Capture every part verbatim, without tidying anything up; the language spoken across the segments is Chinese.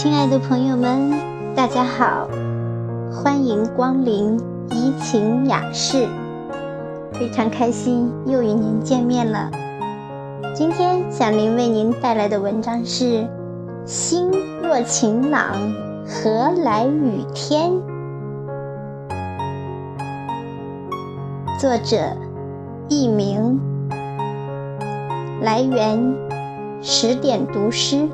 亲爱的朋友们，大家好，欢迎光临怡情雅室，非常开心又与您见面了。今天小林为您带来的文章是心若晴朗，何来雨天？作者佚名，来源十点读诗。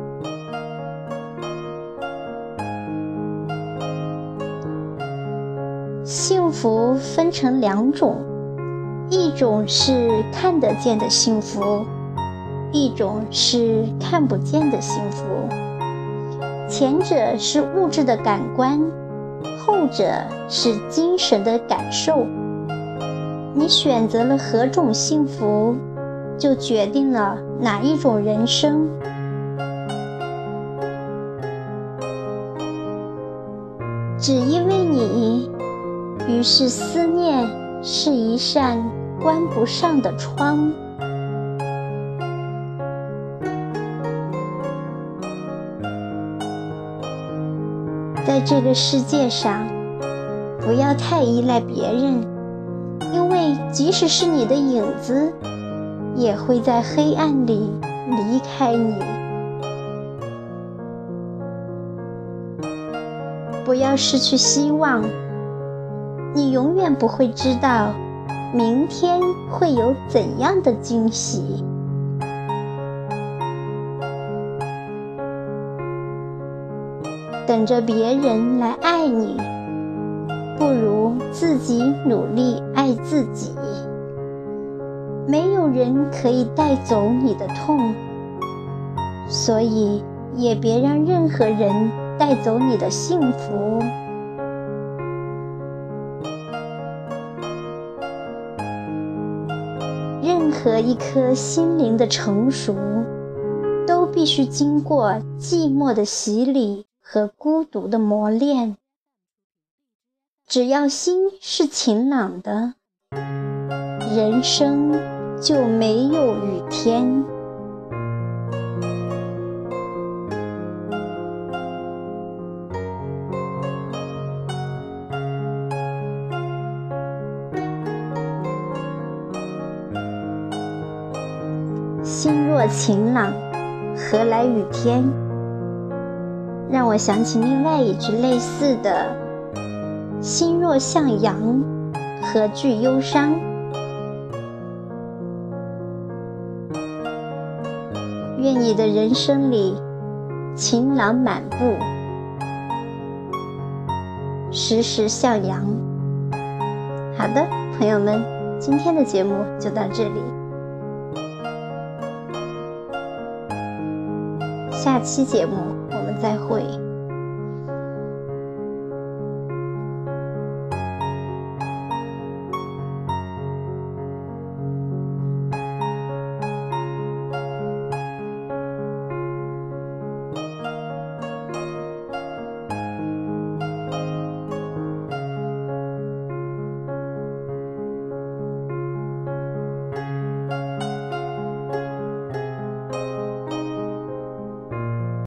幸福分成两种，一种是看得见的幸福，一种是看不见的幸福。前者是物质的感官，后者是精神的感受。你选择了何种幸福，就决定了哪一种人生。只因为你，于是思念是一扇关不上的窗。在这个世界上，不要太依赖别人，因为即使是你的影子，也会在黑暗里离开你。不要失去希望，你永远不会知道明天会有怎样的惊喜。等着别人来爱你，不如自己努力爱自己。没有人可以带走你的痛，所以也别让任何人带走你的幸福。任何一颗心灵的成熟，都必须经过寂寞的洗礼和孤独的磨练。只要心是晴朗的，人生就没有雨天。心若晴朗，何来雨天？让我想起另外一句类似的：心若向阳，何惧忧伤？愿你的人生里晴朗满布，时时向阳。好的，朋友们，今天的节目就到这里，下期节目我们再会。